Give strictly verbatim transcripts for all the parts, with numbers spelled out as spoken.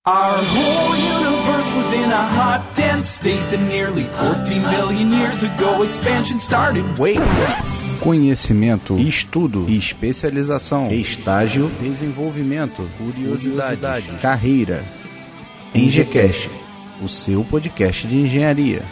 Our whole universe was in a hot, dense state that nearly fourteen billion years ago expansion started. Wait. Conhecimento, estudo, especialização, estágio, desenvolvimento, curiosidade, curiosidade. Carreira. EngeCast, o seu podcast de engenharia.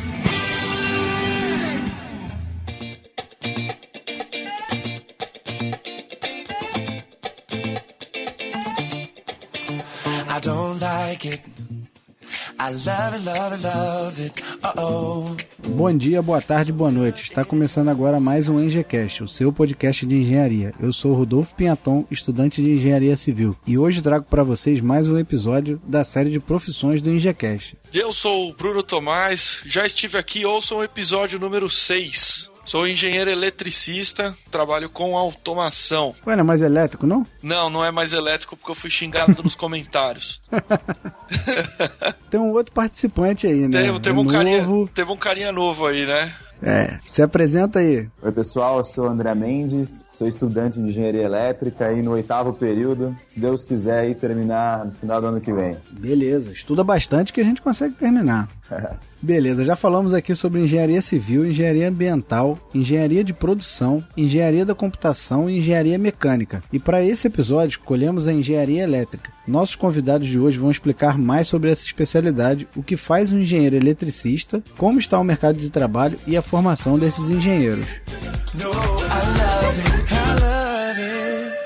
I don't like it. I love it, love it, love it. Uh-oh. Bom dia, boa tarde, boa noite. Está começando agora mais um EngeCast, o seu podcast de engenharia. Eu sou Rodolfo Pinhaton, estudante de engenharia civil. E hoje trago para vocês mais um episódio da série de profissões do EngeCast. Eu sou o Bruno Tomás, já estive aqui, ouçam o episódio número seis. Sou engenheiro eletricista, trabalho com automação. Ué, não é mais elétrico, não? Não, não é mais elétrico porque eu fui xingado nos comentários. Tem um outro participante aí, né? Teve, teve, é um carinha, novo. teve um carinha novo aí, né? É, se apresenta aí. Oi pessoal, eu sou o André Mendes, sou estudante de engenharia elétrica aí no oitavo período. Se Deus quiser aí terminar no final do ano que vem. Beleza, estuda bastante que a gente consegue terminar. Beleza, já falamos aqui sobre engenharia civil, engenharia ambiental, engenharia de produção, engenharia da computação e engenharia mecânica. E para esse episódio escolhemos a engenharia elétrica. Nossos convidados de hoje vão explicar mais sobre essa especialidade, o que faz um engenheiro eletricista, como está o mercado de trabalho e a formação desses engenheiros. No, I love it, I love it.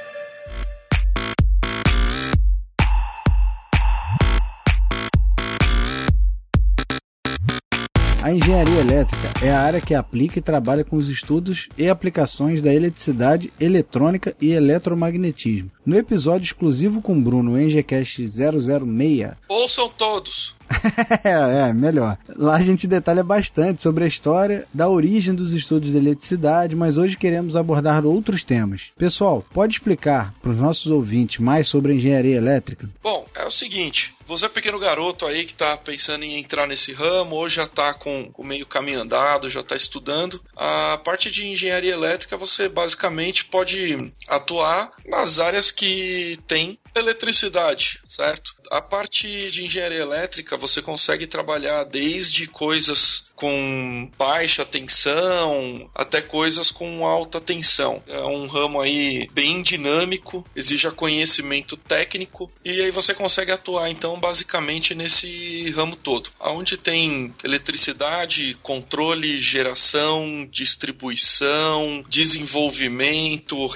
A engenharia elétrica é a área que aplica e trabalha com os estudos e aplicações da eletricidade, eletrônica e eletromagnetismo. No episódio exclusivo com Bruno, EngeCast zero zero seis... Ouçam todos! é, é, melhor. Lá a gente detalha bastante sobre a história da origem dos estudos de eletricidade, mas hoje queremos abordar outros temas. Pessoal, pode explicar para os nossos ouvintes mais sobre a engenharia elétrica? Bom, é o seguinte... Você é pequeno garoto aí que está pensando em entrar nesse ramo, ou já está com o meio caminho andado, já está estudando. A parte de engenharia elétrica você basicamente pode atuar nas áreas que tem eletricidade, certo? A parte de engenharia elétrica você consegue trabalhar desde coisas com baixa tensão até coisas com alta tensão. É um ramo aí bem dinâmico, exige conhecimento técnico e aí você consegue atuar então basicamente nesse ramo todo. Onde tem eletricidade, controle, geração, distribuição, desenvolvimento,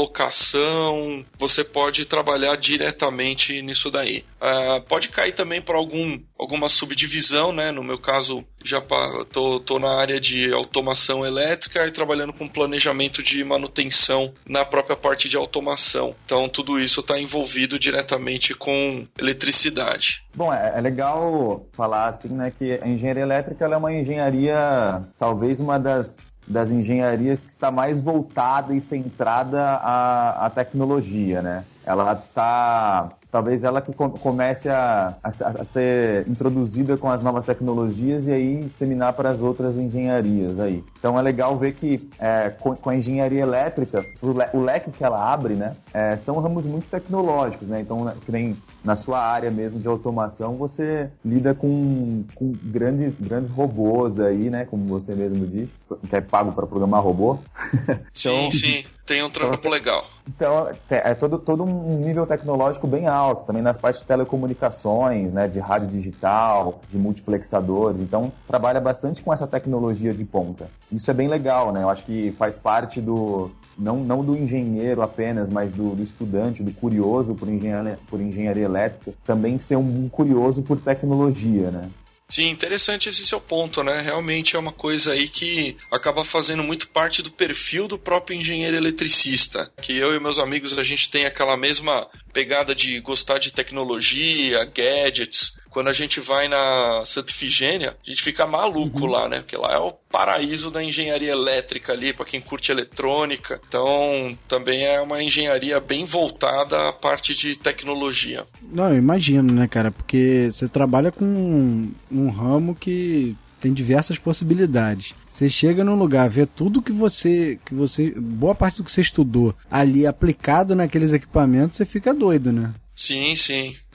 realocação, você pode trabalhar diretamente nisso daí. Uh, pode cair também para algum, alguma subdivisão, né? No meu caso, já tô, tô na área de automação elétrica e trabalhando com planejamento de manutenção na própria parte de automação. Então, tudo isso está envolvido diretamente com eletricidade. Bom, é, é legal falar assim, né, que a engenharia elétrica ela é uma engenharia, talvez uma das... das engenharias que está mais voltada e centrada à, à tecnologia, né? Ela está... Talvez ela que comece a, a, a ser introduzida com as novas tecnologias e aí disseminar para as outras engenharias aí. Então é legal ver que é, com, com a engenharia elétrica, o, le, o leque que ela abre, né, é, são ramos muito tecnológicos, né? Então, que nem na sua área mesmo de automação, você lida com, com grandes, grandes robôs aí, né? Como você mesmo disse, que é pago para programar robô. Sim, então, sim. Tem um trampo então, legal. Então, é todo, todo um nível tecnológico bem alto, também nas partes de telecomunicações, né, de rádio digital, de multiplexadores. Então, trabalha bastante com essa tecnologia de ponta. Isso é bem legal, né? Eu acho que faz parte do... Não, não do engenheiro apenas, mas do, do estudante, do curioso por engenharia, por engenharia elétrica, também ser um curioso por tecnologia, né? Sim, interessante esse seu ponto, né? Realmente é uma coisa aí que acaba fazendo muito parte do perfil do próprio engenheiro eletricista. Que eu e meus amigos, a gente tem aquela mesma pegada de gostar de tecnologia, gadgets. Quando a gente vai na Santa Ifigênia, a gente fica maluco uhum. lá, né? Porque lá é o paraíso da engenharia elétrica ali, para quem curte eletrônica. Então, também é uma engenharia bem voltada à parte de tecnologia. Não, eu imagino, né, cara? Porque você trabalha com um, um ramo que tem diversas possibilidades. Você chega num lugar, vê tudo que você, que você... boa parte do que você estudou ali aplicado naqueles equipamentos, você fica doido, né? Sim, sim. É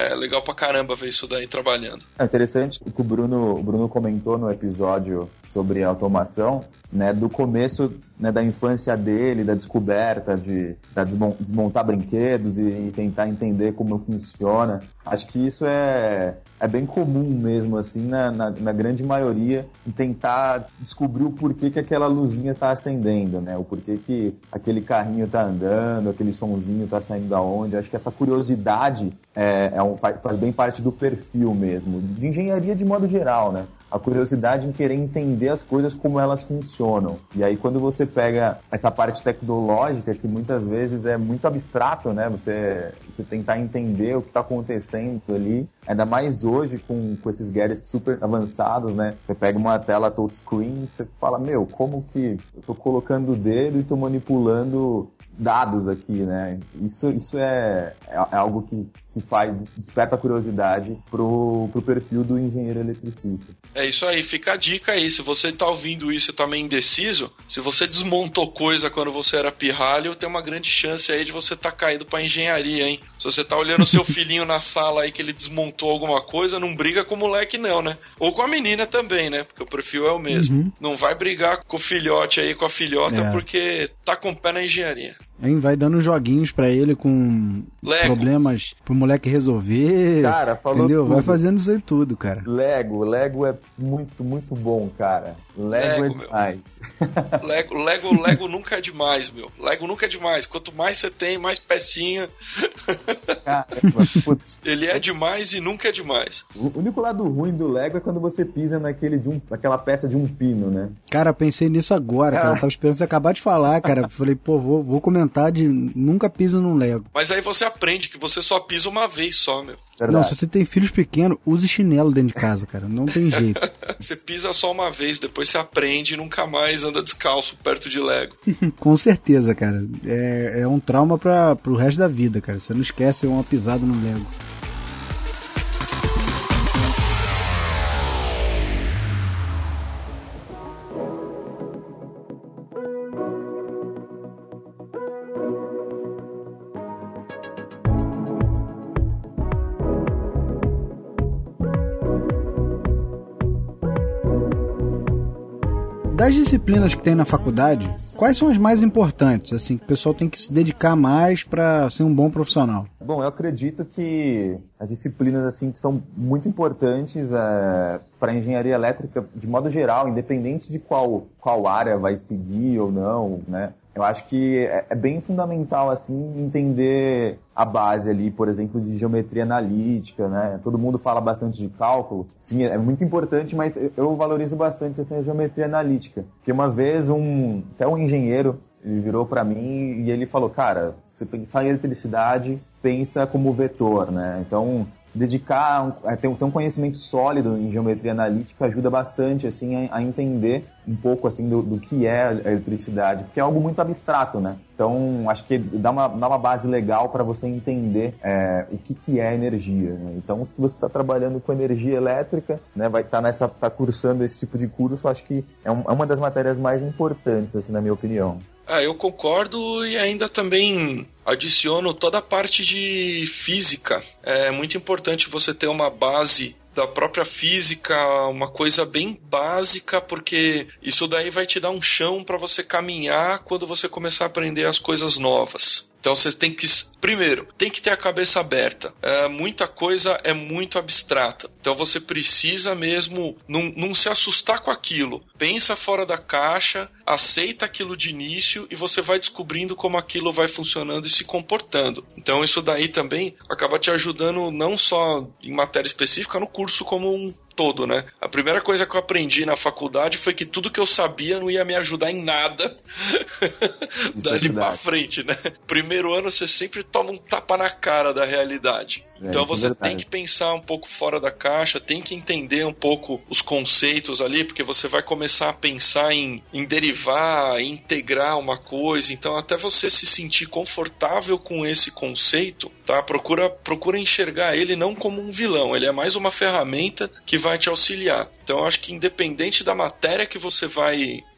é legal pra caramba ver isso daí trabalhando. É interessante o que o Bruno, o Bruno comentou no episódio sobre automação, né, do começo, né, da infância dele, da descoberta, de da desmontar brinquedos e, e tentar entender como funciona. Acho que isso é, é bem comum mesmo, assim, na, na, na grande maioria, em tentar descobrir o porquê que aquela luzinha está acendendo, né? O porquê que aquele carrinho está andando, aquele sonzinho está saindo da onde. Acho que essa curiosidade é, é um, faz bem parte do perfil mesmo, de engenharia de modo geral, né? A curiosidade em querer entender as coisas como elas funcionam. E aí quando você pega essa parte tecnológica, que muitas vezes é muito abstrato, né? Você, você tentar entender o que está acontecendo ali, ainda mais hoje com, com esses gadgets super avançados, né? Você pega uma tela touchscreen e você fala, meu, como que eu tô colocando o dedo e tô manipulando dados aqui, né? Isso, isso é, é algo que, que faz, desperta a curiosidade pro, pro perfil do engenheiro eletricista. É isso aí, fica a dica aí, se você tá ouvindo isso e tá meio indeciso, se você desmontou coisa quando você era pirralho, tem uma grande chance aí de você tá caído pra engenharia, hein? Se você tá olhando o seu filhinho na sala aí que ele desmontou alguma coisa, não briga com o moleque não, né? Ou com a menina também, né? Porque o perfil é o mesmo. Uhum. Não vai brigar com o filhote aí, com a filhota, é. Porque tá com o pé na engenharia. Hein, vai dando joguinhos pra ele com Lego. Problemas pro moleque resolver. Cara, falou entendeu? tudo. Vai fazendo isso aí tudo, cara. Lego, Lego é muito, muito bom, cara. Lego, Lego é demais. Lego, Lego, Lego nunca é demais, meu. Lego nunca é demais. Quanto mais você tem, mais pecinha. Caramba, putz. Ele é demais e nunca é demais. O único lado ruim do Lego é quando você pisa naquele de um, naquela peça de um pino, né? Cara, pensei nisso agora, cara. Eu tava esperando você acabar de falar, cara. Falei, pô, vou, vou comentar de nunca piso num Lego. Mas aí você aprende que você só pisa uma vez só, meu. Verdade. Não, se você tem filhos pequenos, use chinelo dentro de casa, cara. Não tem jeito. Você pisa só uma vez, depois você aprende e nunca mais anda descalço perto de Lego. Com certeza, cara. É, é um trauma pra, pro resto da vida, cara. Você não esquece uma pisada no Lego. Das disciplinas que tem na faculdade, quais são as mais importantes, assim, que o pessoal tem que se dedicar mais para ser um bom profissional? Bom, eu acredito que as disciplinas assim que são muito importantes é, para a engenharia elétrica, de modo geral, independente de qual, qual área vai seguir ou não, né? Eu acho que é, é bem fundamental, assim, entender a base ali, por exemplo, de geometria analítica, né? Todo mundo fala bastante de cálculo. Sim, é muito importante, mas eu valorizo bastante, assim, a geometria analítica. Porque uma vez, um, até um engenheiro, ele virou para mim e ele falou, cara, você pensar em eletricidade, pensa como vetor, né? Então, dedicar, ter um conhecimento sólido em geometria analítica ajuda bastante, assim, a entender um pouco, assim, do, do que é a eletricidade, porque é algo muito abstrato, né? Então, acho que dá uma, dá uma base legal para você entender é, o que, que é energia, né? Então, se você está trabalhando com energia elétrica, né, vai estar tá nessa, tá cursando esse tipo de curso, acho que é, um, é uma das matérias mais importantes, assim, na minha opinião. Ah, eu concordo e ainda também adiciono toda a parte de física. É muito importante você ter uma base da própria física, uma coisa bem básica, porque isso daí vai te dar um chão para você caminhar quando você começar a aprender as coisas novas. Então você tem que, primeiro, tem que ter a cabeça aberta. É, muita coisa é muito abstrata. Então você precisa mesmo não, não se assustar com aquilo. Pensa fora da caixa, aceita aquilo de início e você vai descobrindo como aquilo vai funcionando e se comportando. Então isso daí também acaba te ajudando não só em matéria específica, no curso como um todo, né? A primeira coisa que eu aprendi na faculdade foi que tudo que eu sabia não ia me ajudar em nada dali é pra frente, né? Primeiro ano você sempre toma um tapa na cara da realidade. É, então você é tem que pensar um pouco fora da caixa, tem que entender um pouco os conceitos ali, porque você vai começar a pensar em, em derivar, em integrar uma coisa. Então até você se sentir confortável com esse conceito, tá? Procura, procura enxergar ele não como um vilão, ele é mais uma ferramenta que vai te auxiliar. Então eu acho que independente da matéria que você vai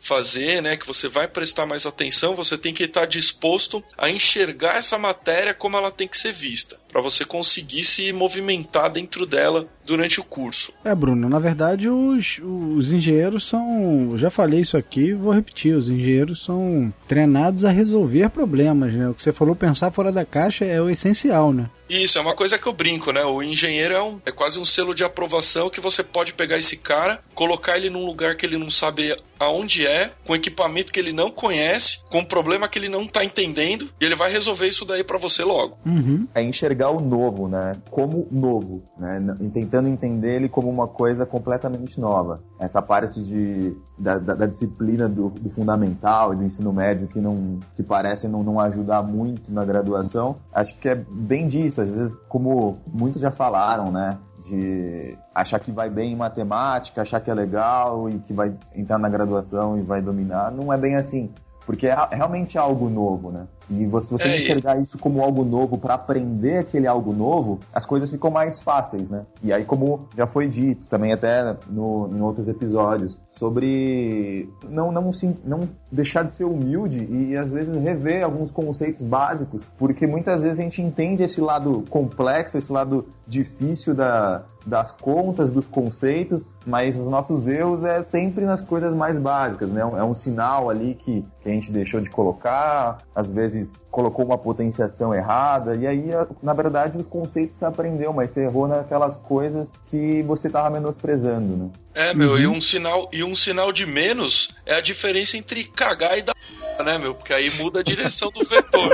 fazer, né, que você vai prestar mais atenção, você tem que estar disposto a enxergar essa matéria como ela tem que ser vista, para você conseguir se movimentar dentro dela durante o curso. É, Bruno, na verdade os, os engenheiros são, já falei isso aqui, vou repetir, os engenheiros são treinados a resolver problemas, né? O que você falou, pensar fora da caixa é o essencial, né? Isso, é uma coisa que eu brinco, né? O engenheiro é, um, é quase um selo de aprovação que você pode pegar esse cara, colocar ele num lugar que ele não sabe aonde é, com equipamento que ele não conhece, com um problema que ele não tá entendendo, e ele vai resolver isso daí pra você logo. Uhum. É enxergar o novo, né? Como novo, né? Tentando entender ele como uma coisa completamente nova. Essa parte de, da, da, da disciplina do, do fundamental e do ensino médio que, não, que parece não, não ajudar muito na graduação, acho que é bem disso. Às vezes, como muitos já falaram, né? De achar que vai bem em matemática, achar que é legal e que vai entrar na graduação e vai dominar. Não é bem assim, porque é realmente algo novo, né? E você, você é, enxergar isso como algo novo para aprender aquele algo novo, as coisas ficam mais fáceis, né? E aí, como já foi dito também até no, em outros episódios, sobre não, não, sim, não deixar de ser humilde e às vezes rever alguns conceitos básicos, porque muitas vezes a gente entende esse lado complexo, esse lado difícil da, das contas, dos conceitos, mas os nossos erros é sempre nas coisas mais básicas, né? É um sinal ali que, que a gente deixou de colocar, às vezes colocou uma potenciação errada, e aí, na verdade, os conceitos você aprendeu, mas você errou naquelas coisas que você estava menosprezando, né? É, meu, uhum. e, um sinal, e um sinal de menos é a diferença entre cagar e dar né, meu? Porque aí muda a direção do vetor.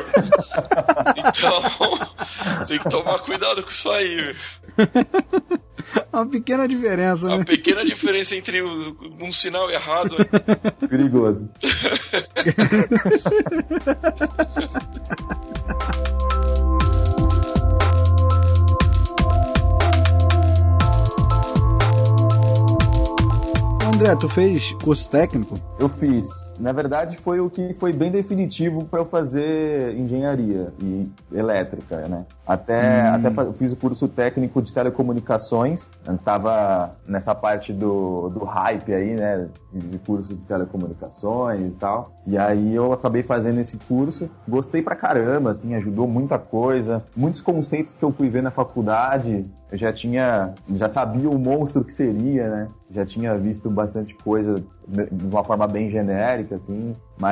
Então, tem que tomar cuidado com isso aí, meu. Uma pequena diferença, né? Uma pequena diferença entre um sinal errado. Perigoso. André, tu fez curso técnico? Eu fiz. Na verdade, foi o que foi bem definitivo para eu fazer engenharia e elétrica, né? Até, hum. até fiz o curso técnico de telecomunicações. Eu tava nessa parte do, do hype aí, né? De curso de telecomunicações e tal. E aí eu acabei fazendo esse curso. Gostei pra caramba, assim, ajudou muita coisa. Muitos conceitos que eu fui ver na faculdade, eu já tinha, já sabia o monstro que seria, né? Já tinha visto bastante coisa de uma forma bem genérica, assim.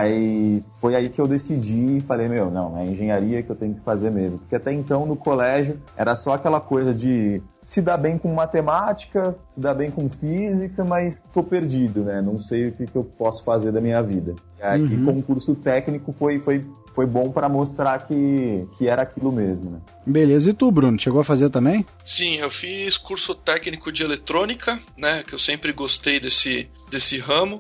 Mas foi aí que eu decidi e falei, meu, não, é engenharia que eu tenho que fazer mesmo. Porque até então, no colégio, era só aquela coisa de se dar bem com matemática, se dar bem com física, mas tô perdido, né? Não sei o que, que eu posso fazer da minha vida. E aí, uhum. com o curso técnico, foi, foi, foi bom para mostrar que, que era aquilo mesmo, né? Beleza. E tu, Bruno? Chegou a fazer também? Sim, eu fiz curso técnico de eletrônica, né? Que eu sempre gostei desse... desse ramo,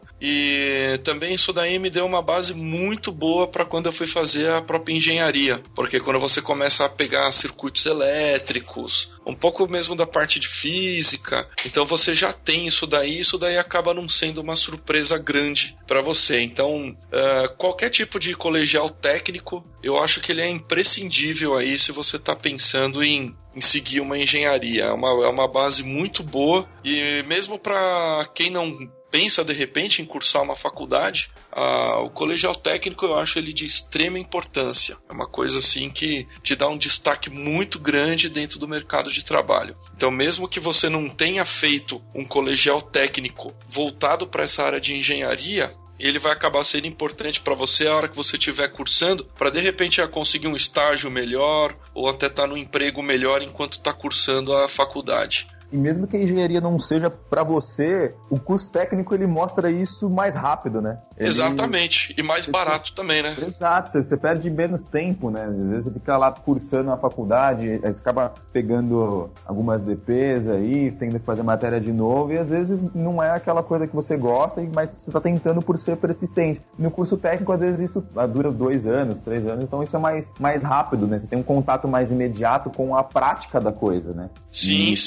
e também isso daí me deu uma base muito boa para quando eu fui fazer a própria engenharia, porque quando você começa a pegar circuitos elétricos, um pouco mesmo da parte de física, então você já tem isso daí, isso daí acaba não sendo uma surpresa grande para você. Então, uh, qualquer tipo de colegial técnico, eu acho que ele é imprescindível aí se você está pensando em em seguir uma engenharia. É uma, é uma base muito boa, e mesmo para quem não pensa de repente em cursar uma faculdade, ah, o colegial técnico eu acho ele de extrema importância. É uma coisa assim que te dá um destaque muito grande dentro do mercado de trabalho. Então, mesmo que você não tenha feito um colegial técnico voltado para essa área de engenharia, ele vai acabar sendo importante para você a hora que você estiver cursando, para de repente conseguir um estágio melhor ou até estar no emprego melhor enquanto está cursando a faculdade. E mesmo que a engenharia não seja para você, o curso técnico ele mostra isso mais rápido, né? Ele... Exatamente. E mais barato também, né? Exato. Você, você perde menos tempo, né? Às vezes você fica lá cursando na faculdade, aí você acaba pegando algumas D Ps aí, tendo que fazer matéria de novo, e às vezes não é aquela coisa que você gosta, mas você está tentando por ser persistente. No curso técnico, às vezes isso dura dois anos, três anos, então isso é mais, mais rápido, né? Você tem um contato mais imediato com a prática da coisa, né? Sim, e, sim. E aí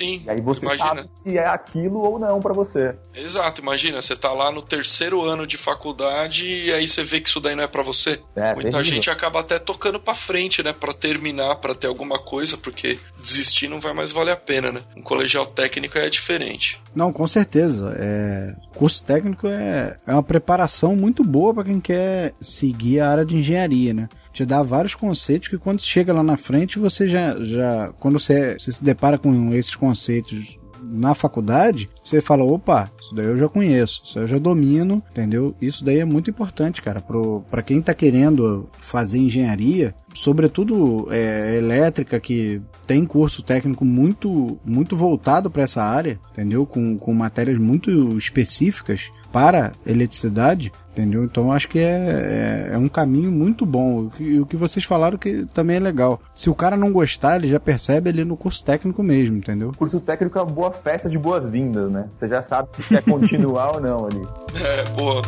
você imagina. sabe se é aquilo ou não pra você. Exato, imagina, você tá lá no terceiro ano de faculdade e aí você vê que isso daí não é pra você. É, Muita terrível. gente acaba até tocando pra frente, né, pra terminar, pra ter alguma coisa, porque desistir não vai mais valer a pena, né? Um colegial técnico é diferente. Não, com certeza. É... Curso técnico é... é uma preparação muito boa para quem quer seguir a área de engenharia, né? Te dá vários conceitos que quando chega lá na frente, você já... já quando você, você se depara com esses conceitos na faculdade, você fala, opa, isso daí eu já conheço, isso daí eu já domino, entendeu? Isso daí é muito importante, cara, pro, pra quem tá querendo fazer engenharia, sobretudo é, elétrica, que tem curso técnico muito, muito voltado para essa área, entendeu? Com, com matérias muito específicas para eletricidade, entendeu? Então acho que é, é, é um caminho muito bom. E o que vocês falaram que também é legal. Se o cara não gostar, ele já percebe ali no curso técnico mesmo, entendeu? O curso técnico é uma boa festa de boas-vindas, né? Você já sabe se quer continuar ou não ali. É, boa.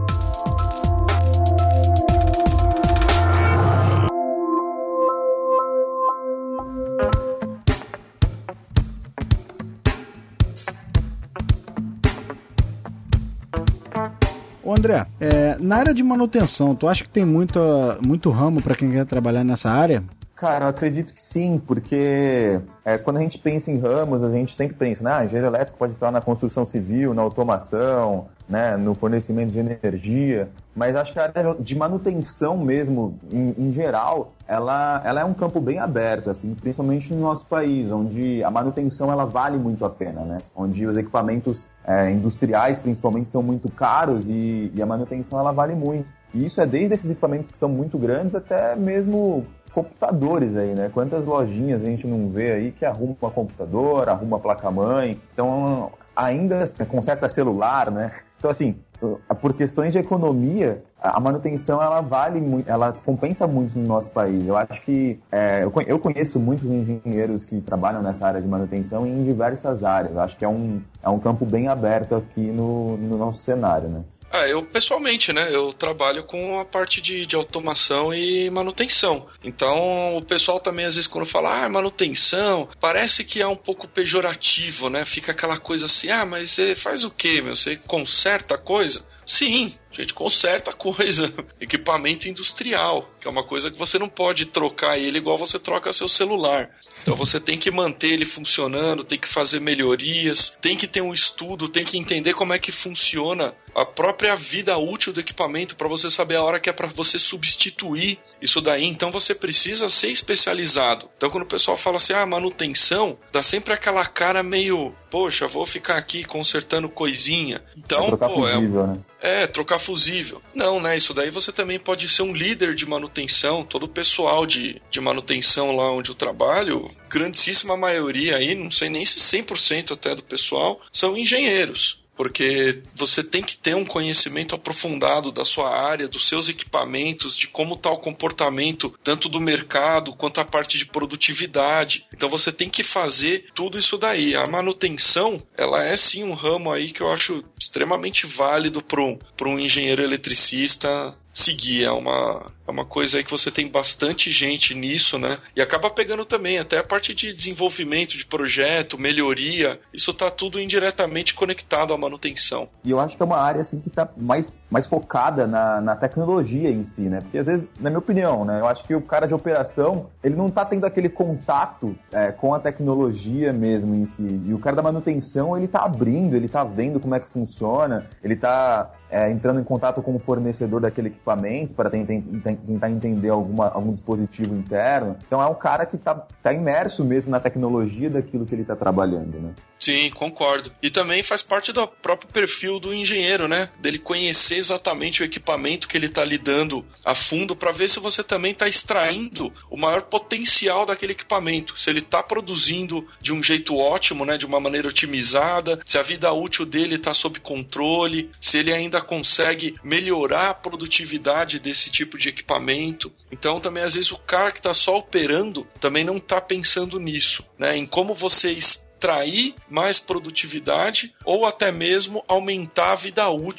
Ô André, é, na área de manutenção, tu acha que tem muito, muito ramo para quem quer trabalhar nessa área? Cara, eu acredito que sim, porque é, quando a gente pensa em ramos, a gente sempre pensa, né, ah, engenheiro elétrico pode estar na construção civil, na automação, né, no fornecimento de energia, mas acho que a área de manutenção mesmo, em, em geral, ela, ela é um campo bem aberto, assim, principalmente no nosso país, onde a manutenção ela vale muito a pena, né, onde os equipamentos é, industriais, principalmente, são muito caros e, e a manutenção ela vale muito. E isso é desde esses equipamentos que são muito grandes até mesmo computadores aí, né? Quantas lojinhas a gente não vê aí que arruma computador, arruma placa-mãe, então ainda conserta celular, né? Então, assim, por questões de economia, a manutenção, ela vale muito, ela compensa muito no nosso país. Eu acho que, é, eu conheço muitos engenheiros que trabalham nessa área de manutenção em diversas áreas. Eu acho que é um, é um campo bem aberto aqui no, no nosso cenário, né? Ah, eu pessoalmente, né, eu trabalho com a parte de, de automação e manutenção. Então, o pessoal também, às vezes, quando fala, ah, manutenção, parece que é um pouco pejorativo, né? Fica aquela coisa assim, ah, mas você faz o quê, meu? Você conserta a coisa? Sim, a gente conserta coisa, equipamento industrial, que é uma coisa que você não pode trocar ele igual você troca seu celular. Então você tem que manter ele funcionando, tem que fazer melhorias, tem que ter um estudo, tem que entender como é que funciona a própria vida útil do equipamento para você saber a hora que é para você substituir isso daí. Então você precisa ser especializado. Então quando o pessoal fala assim, ah, manutenção, dá sempre aquela cara meio, poxa, vou ficar aqui consertando coisinha. Então, é trocar pô, fusível, é, né? é, trocar fusível. Não, né, isso daí você também pode ser um líder de manutenção. Todo o pessoal de, de manutenção lá onde eu trabalho, grandíssima maioria aí, não sei nem se cem por cento até do pessoal, são engenheiros. Porque você tem que ter um conhecimento aprofundado da sua área, dos seus equipamentos, de como está o comportamento tanto do mercado quanto a parte de produtividade. Então você tem que fazer tudo isso daí. A manutenção, ela é sim um ramo aí que eu acho extremamente válido para um, para um engenheiro eletricista seguir. É uma, é uma coisa aí que você tem bastante gente nisso, né? E acaba pegando também até a parte de desenvolvimento de projeto, melhoria. Isso tá tudo indiretamente conectado à manutenção. E eu acho que é uma área assim que tá mais, mais focada na, na tecnologia em si, né? Porque às vezes, na minha opinião, né? Eu acho que o cara de operação, ele não tá tendo aquele contato é, com a tecnologia mesmo em si. E o cara da manutenção, ele tá abrindo, ele tá vendo como é que funciona, ele tá É, entrando em contato com o fornecedor daquele equipamento para tentar, tentar entender alguma, algum dispositivo interno. Então é um cara que está tá imerso mesmo na tecnologia daquilo que ele está trabalhando, né? Sim, concordo. E também faz parte do próprio perfil do engenheiro, né? Dele conhecer exatamente o equipamento que ele está lidando a fundo para ver se você também está extraindo o maior potencial daquele equipamento. Se ele está produzindo de um jeito ótimo, né? De uma maneira otimizada, se a vida útil dele está sob controle, se ele ainda consegue melhorar a produtividade desse tipo de equipamento. Então também às vezes o cara que está só operando também não está pensando nisso, né? Em como você extrair mais produtividade ou até mesmo aumentar a vida útil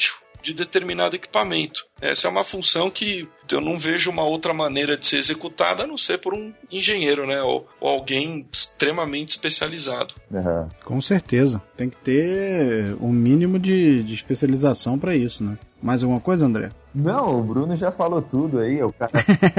de determinado equipamento. Essa é uma função que eu não vejo uma outra maneira de ser executada a não ser por um engenheiro, né? Ou, ou alguém extremamente especializado. Uhum. Com certeza. Tem que ter um mínimo de, de especialização para isso, né? Mais alguma coisa, André? Não, o Bruno já falou tudo aí, o cara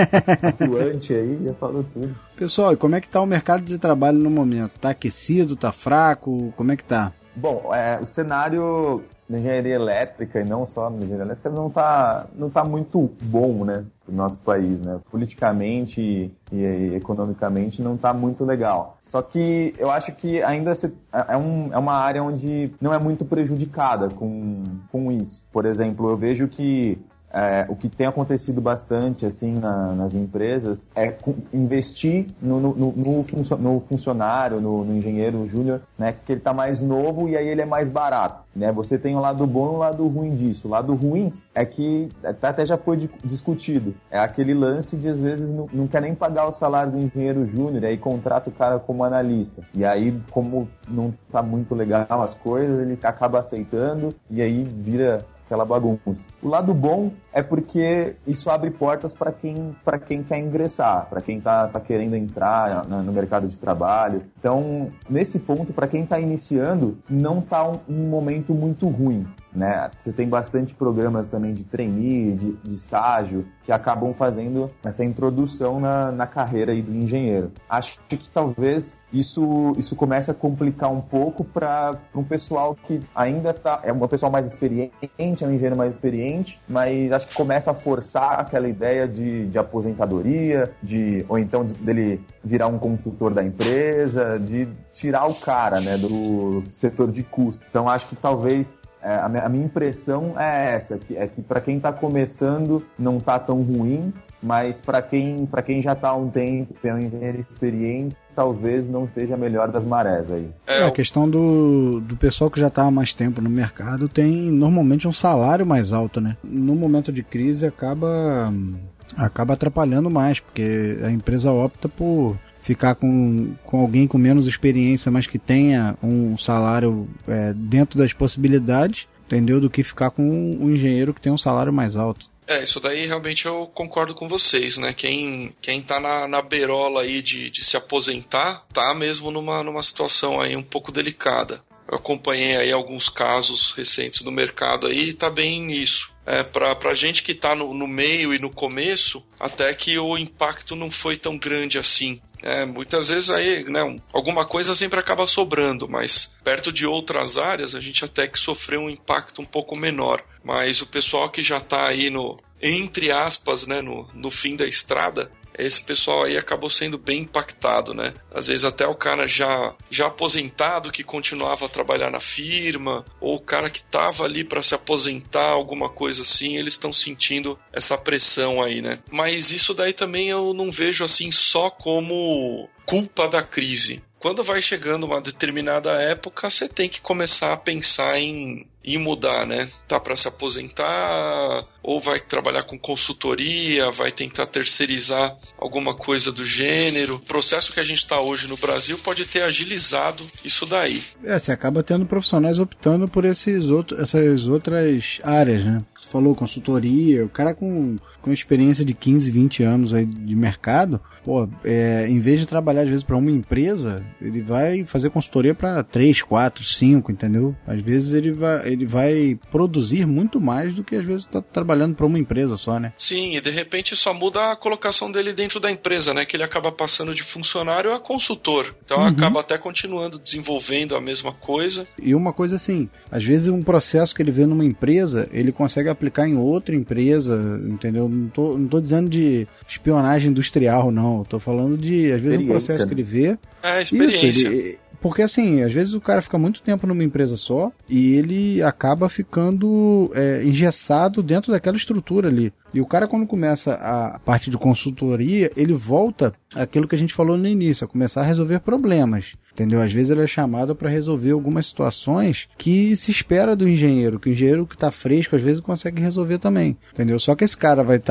atuante aí já falou tudo. Pessoal, e como é que tá o mercado de trabalho no momento? Tá aquecido, tá fraco? Como é que tá? Bom, é, o cenário da engenharia elétrica, e não só na engenharia elétrica, não tá, não tá muito bom, né, pro nosso país, né? Politicamente e, e economicamente não tá muito legal. Só que eu acho que ainda se, é, um, é uma área onde não é muito prejudicada com, com isso. Por exemplo, eu vejo que É, o que tem acontecido bastante assim na, nas empresas é investir no, no, no, funcio, no funcionário, no, no engenheiro júnior, né, que ele está mais novo e aí ele é mais barato, né? Você tem o lado bom e o lado ruim disso. O lado ruim é que até já foi discutido. É aquele lance de às vezes não, não quer nem pagar o salário do engenheiro júnior e aí contrata o cara como analista. E aí, como não está muito legal as coisas, ele acaba aceitando e aí vira aquela bagunça. O lado bom é porque isso abre portas para quem, para quem quer ingressar, para quem está tá querendo entrar no mercado de trabalho. Então, nesse ponto, para quem está iniciando, não está um, um momento muito ruim, né? Você tem bastante programas também de trainee, de, de estágio, que acabam fazendo essa introdução na, na carreira aí do engenheiro. Acho que talvez isso, isso comece a complicar um pouco para um pessoal que ainda tá, é um pessoal mais experiente, é um engenheiro mais experiente, mas acho que começa a forçar aquela ideia de, de aposentadoria, de, ou então de, dele virar um consultor da empresa, de tirar o cara, né, do setor de custo. Então acho que talvez É, a, minha, a minha impressão é essa, que, é que para quem está começando não está tão ruim, mas para quem, para quem já está há um tempo, tem um engenheiro experiente, talvez não esteja a melhor das marés aí. É, a questão do, do pessoal que já está há mais tempo no mercado tem normalmente um salário mais alto, né? No momento de crise acaba, acaba atrapalhando mais, porque a empresa opta por ficar com, com alguém com menos experiência, mas que tenha um salário é, dentro das possibilidades, entendeu? Do que ficar com um engenheiro que tem um salário mais alto. É, isso daí realmente eu concordo com vocês, né? Quem, quem tá na, na beirola aí de, de se aposentar, tá mesmo numa, numa situação aí um pouco delicada. Eu acompanhei aí alguns casos recentes no mercado aí e tá bem nisso. É, pra, pra gente que tá no, no meio e no começo, até que o impacto não foi tão grande assim. É, muitas vezes aí, né, alguma coisa sempre acaba sobrando, mas perto de outras áreas a gente até que sofreu um impacto um pouco menor. Mas o pessoal que já está aí no, entre aspas, né, no, no fim da estrada, esse pessoal aí acabou sendo bem impactado, né? Às vezes até o cara já, já aposentado que continuava a trabalhar na firma, ou o cara que estava ali para se aposentar, alguma coisa assim, eles estão sentindo essa pressão aí, né? Mas isso daí também eu não vejo assim só como culpa da crise. Quando vai chegando uma determinada época, você tem que começar a pensar em, em mudar, né? Tá para se aposentar, ou vai trabalhar com consultoria, vai tentar terceirizar alguma coisa do gênero. O processo que a gente está hoje no Brasil pode ter agilizado isso daí. É, você acaba tendo profissionais optando por esses outro, essas outras áreas, né? Você falou consultoria, o cara com, com experiência de quinze, vinte anos aí de mercado, pô, é, em vez de trabalhar às vezes para uma empresa, ele vai fazer consultoria para três, quatro, cinco, entendeu? Às vezes ele vai, ele vai produzir muito mais do que às vezes está trabalhando para uma empresa só, né? Sim, e de repente só muda a colocação dele dentro da empresa, né? Que ele acaba passando de funcionário a consultor. Então uhum. acaba até continuando desenvolvendo a mesma coisa. E uma coisa assim, às vezes um processo que ele vê numa empresa, ele consegue aplicar em outra empresa, entendeu? Não tô, não tô dizendo de espionagem industrial, não. Eu tô falando de, às vezes, um processo que ele vê. É, experiência. Isso, ele, porque, assim, às vezes o cara fica muito tempo numa empresa só e ele acaba ficando é, engessado dentro daquela estrutura ali. E o cara, quando começa a parte de consultoria, ele volta àquilo que a gente falou no início, a começar a resolver problemas. Entendeu? Às vezes ele é chamado para resolver algumas situações que se espera do engenheiro, que o engenheiro que está fresco às vezes consegue resolver também. Entendeu? Só que esse cara vai estar tá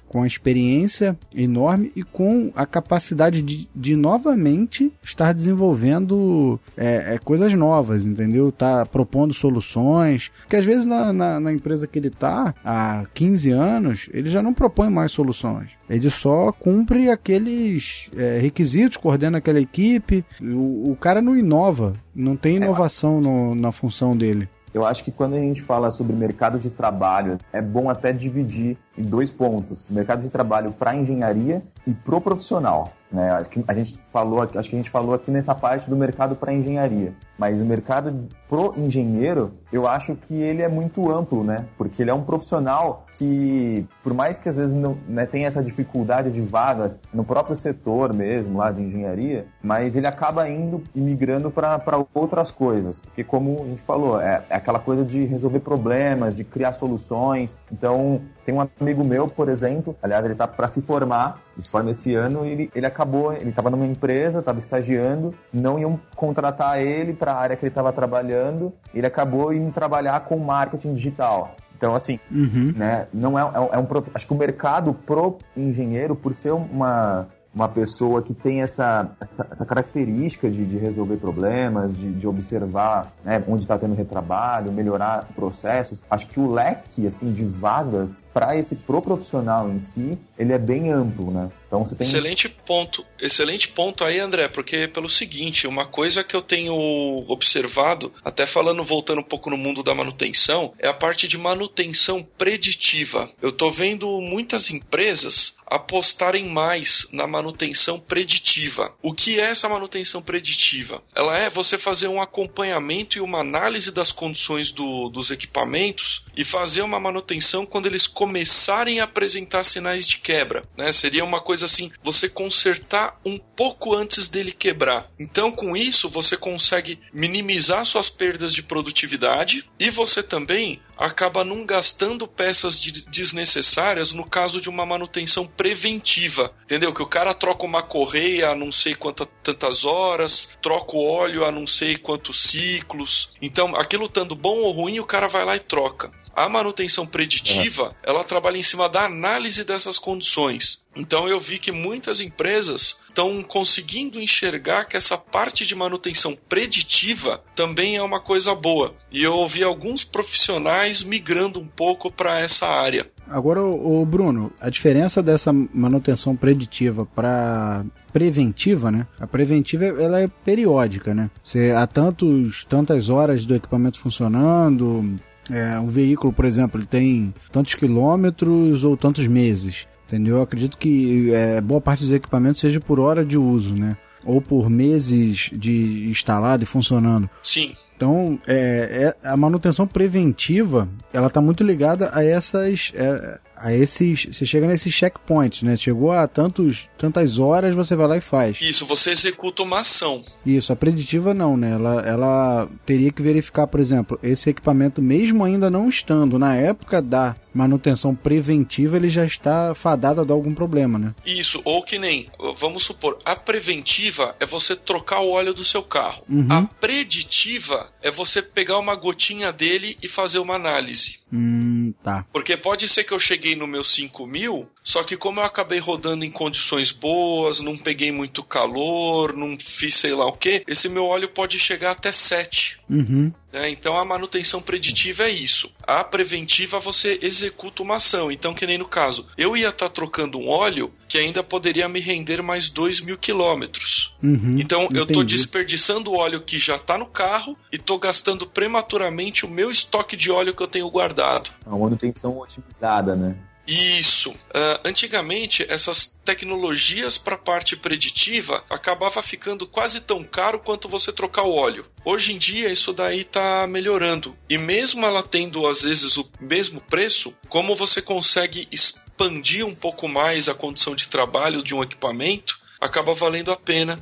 com a experiência enorme e com a capacidade de, de novamente estar desenvolvendo é, é, coisas novas, entendeu? Tá propondo soluções, porque às vezes na, na, na empresa que ele tá há quinze anos, ele já não propõe mais soluções. Ele só cumpre aqueles é, requisitos, coordena aquela equipe. O, o cara não inova, não tem inovação no, na função dele. Eu acho que quando a gente fala sobre mercado de trabalho, é bom até dividir em dois pontos. Mercado de trabalho para engenharia e pro profissional. Né? Acho que a gente falou, acho que a gente falou aqui nessa parte do mercado para engenharia. Mas o mercado pro engenheiro, eu acho que ele é muito amplo, né? Porque ele é um profissional que, por mais que às vezes não, né, tenha essa dificuldade de vagas no próprio setor mesmo, lá de engenharia, mas ele acaba indo e migrando para outras coisas. Porque como a gente falou, é, é aquela coisa de resolver problemas, de criar soluções. Então, tem um amigo meu, por exemplo, aliás, ele tá para se formar, ele se forma esse ano, e ele, ele acabou, ele estava numa empresa, estava estagiando, não iam contratar ele para a área que ele estava trabalhando, ele acabou indo trabalhar com marketing digital. Então, assim, uhum. né, não é, é, é um prof... acho que o mercado pro engenheiro, por ser uma, uma pessoa que tem essa, essa, essa característica de, de resolver problemas, de, de observar, né, onde está tendo retrabalho, melhorar processos, acho que o leque assim, de vagas para esse pro profissional em si, ele é bem amplo, né? Então você tem... Excelente ponto. Excelente ponto aí, André, porque pelo seguinte, uma coisa que eu tenho observado, até falando, voltando um pouco no mundo da manutenção, é a parte de manutenção preditiva. Eu tô vendo muitas empresas apostarem mais na manutenção preditiva. O que é essa manutenção preditiva? Ela é você fazer um acompanhamento e uma análise das condições do, dos equipamentos e fazer uma manutenção quando eles começarem a apresentar sinais de quebra, né? Seria uma coisa assim, você consertar um pouco antes dele quebrar. Então, com isso, você consegue minimizar suas perdas de produtividade e você também acaba não gastando peças de desnecessárias no caso de uma manutenção preventiva, entendeu? Que o cara troca uma correia a não sei quantas tantas horas, troca o óleo a não sei quantos ciclos. Então, aquilo estando bom ou ruim, o cara vai lá e troca. A manutenção preditiva, uhum. ela trabalha em cima da análise dessas condições. Então eu vi que muitas empresas estão conseguindo enxergar que essa parte de manutenção preditiva também é uma coisa boa. E eu ouvi alguns profissionais migrando um pouco para essa área. Agora, o Bruno, a diferença dessa manutenção preditiva para preventiva, né? A preventiva, ela é periódica, né? Você há tantos, tantas horas do equipamento funcionando, é, um veículo, por exemplo, ele tem tantos quilômetros ou tantos meses. Entendeu? Eu acredito que é, boa parte dos equipamentos seja por hora de uso, né? Ou por meses de instalado e funcionando. Sim. Então, é, é, a manutenção preventiva, ela está muito ligada a essas... É, a esses, você chega nesses checkpoints, né? Chegou a tantos, tantas horas, você vai lá e faz. Isso, você executa uma ação. Isso, a preditiva não, né? Ela, ela teria que verificar, por exemplo, esse equipamento, mesmo ainda não estando na época da manutenção preventiva, ele já está fadado a dar algum problema, né? Isso, ou que nem, vamos supor, a preventiva é você trocar o óleo do seu carro. Uhum. A preditiva é você pegar uma gotinha dele e fazer uma análise. Hum, tá. Porque pode ser que eu cheguei no meu cinco mil, só que como eu acabei rodando em condições boas, não peguei muito calor, não fiz sei lá o que, esse meu óleo pode chegar até sete. Uhum. É, então a manutenção preditiva é isso. A preventiva você executa uma ação. Então, que nem no caso, eu ia estar tá trocando um óleo que ainda poderia me render mais dois mil quilômetros. Uhum, então entendi. eu estou desperdiçando o óleo que já está no carro e estou gastando prematuramente o meu estoque de óleo que eu tenho guardado. Uma manutenção otimizada, né? Isso. Uh, antigamente, essas tecnologias para a parte preditiva acabava ficando quase tão caro quanto você trocar o óleo. Hoje em dia, isso daí está melhorando. E mesmo ela tendo, às vezes, o mesmo preço, como você consegue expandir um pouco mais a condição de trabalho de um equipamento, acaba valendo a pena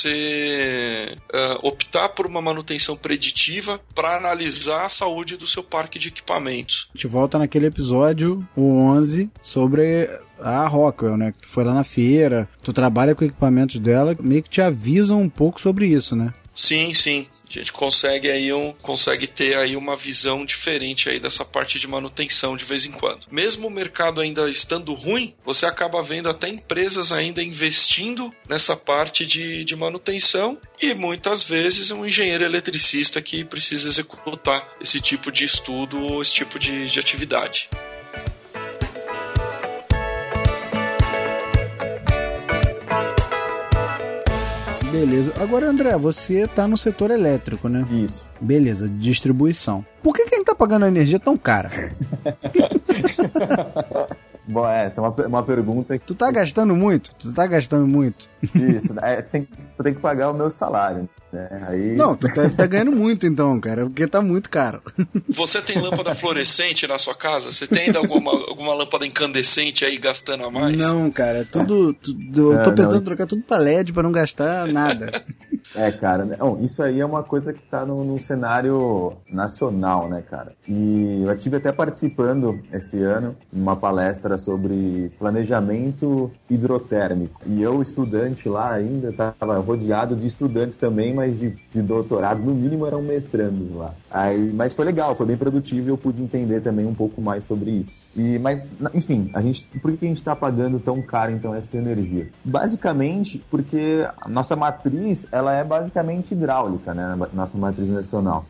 você uh, optar por uma manutenção preditiva para analisar a saúde do seu parque de equipamentos. A gente volta naquele episódio, o onze, sobre a Rockwell, né? Que tu foi lá na feira, tu trabalha com equipamentos dela, meio que te avisam um pouco sobre isso, né? Sim, sim. A gente consegue aí um, consegue ter aí uma visão diferente aí dessa parte de manutenção de vez em quando. Mesmo o mercado ainda estando ruim, você acaba vendo até empresas ainda investindo nessa parte de, de manutenção e muitas vezes um engenheiro eletricista que precisa executar esse tipo de estudo ou esse tipo de, de atividade. Beleza. Agora, André, você tá no setor elétrico, né? Isso. Beleza, distribuição. Por que que a gente tá pagando a energia tão cara? Bom, essa é uma, uma pergunta que... Tu tá gastando muito? Tu tá gastando muito? Isso, é, tem, tem que pagar o meu salário, né? Aí... Não, tu deve estar ganhando muito então, cara, porque tá muito caro. Você tem lâmpada fluorescente na sua casa? Você tem ainda alguma, alguma lâmpada incandescente aí gastando a mais? Não, cara, é tudo... tudo eu tô é, pensando não. em trocar tudo pra L E D pra não gastar nada. É, cara, não, isso aí é uma coisa que tá no, no cenário nacional, né, cara? E eu estive até participando esse ano numa palestra sobre planejamento hidrotérmico. E eu, estudante lá ainda, estava rodeado de estudantes também, mas de, de doutorados, no mínimo eram mestrandos lá. Aí, mas foi legal, foi bem produtivo e eu pude entender também um pouco mais sobre isso. E, mas, enfim, a gente, por que a gente está pagando tão caro, então, essa energia? Basicamente, porque a nossa matriz, ela é basicamente hidráulica, né? Nossa matriz nacional.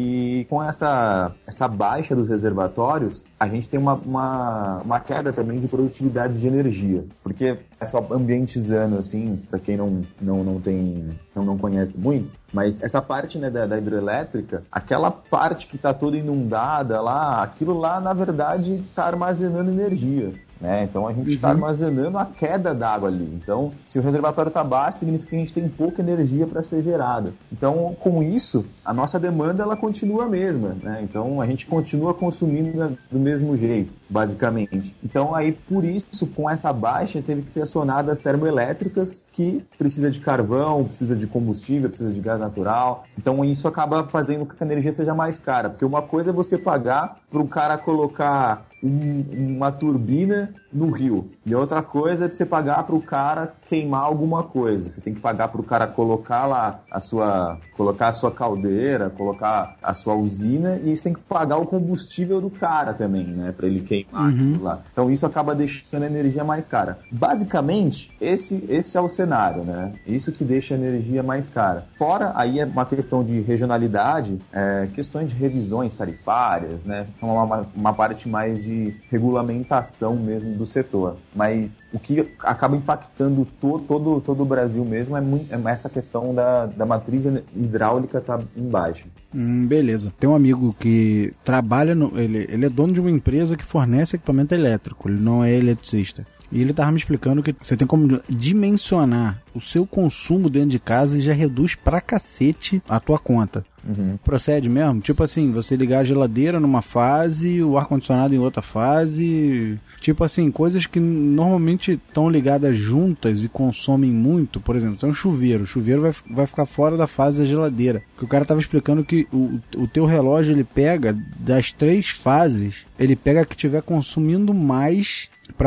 E com essa, essa baixa dos reservatórios, a gente tem uma, uma, uma queda também de produtividade de energia. Porque é só ambientizando, assim, para quem não, não, não, tem, não, não conhece muito, mas essa parte, né, da, da hidrelétrica, aquela parte que está toda inundada lá, aquilo lá, na verdade, está armazenando energia. Né? Então a gente está uhum. armazenando a queda d'água ali. Então, se o reservatório está baixo, significa que a gente tem pouca energia para ser gerada. Então, com isso, a nossa demanda ela continua a mesma. Né? Então, a gente continua consumindo do mesmo jeito, basicamente. Então, aí, por isso, com essa baixa, teve que ser acionadas as termoelétricas, que precisa de carvão, precisa de combustível, precisa de gás natural. Então, isso acaba fazendo com que a energia seja mais cara. Porque uma coisa é você pagar para o cara colocar Um, uma turbina no rio. E outra coisa é você pagar para o cara queimar alguma coisa. Você tem que pagar para o cara colocar lá a sua, colocar a sua caldeira, colocar a sua usina, e você tem que pagar o combustível do cara também, né, para ele queimar uhum. lá. Então isso acaba deixando a energia mais cara. Basicamente, esse, esse é o cenário, né? Isso que deixa a energia mais cara. Fora, aí é uma questão de regionalidade, é, questões de revisões tarifárias, né? São uma, uma parte mais de de regulamentação mesmo do setor. Mas o que acaba impactando to, todo, todo o Brasil mesmo é, muito, é essa questão da, da matriz hidráulica estar tá embaixo. Hum, beleza. Tem um amigo que trabalha, no, ele, ele é dono de uma empresa que fornece equipamento elétrico, ele não é eletricista. E ele tava me explicando que você tem como dimensionar o seu consumo dentro de casa e já reduz pra cacete a tua conta. Uhum. Procede mesmo? Tipo assim, você ligar a geladeira numa fase, o ar-condicionado em outra fase. Tipo assim, coisas que normalmente estão ligadas juntas e consomem muito. Por exemplo, tem um chuveiro. O chuveiro vai, vai ficar fora da fase da geladeira. Porque o cara tava explicando que o, o teu relógio, ele pega das três fases, ele pega a que estiver consumindo mais para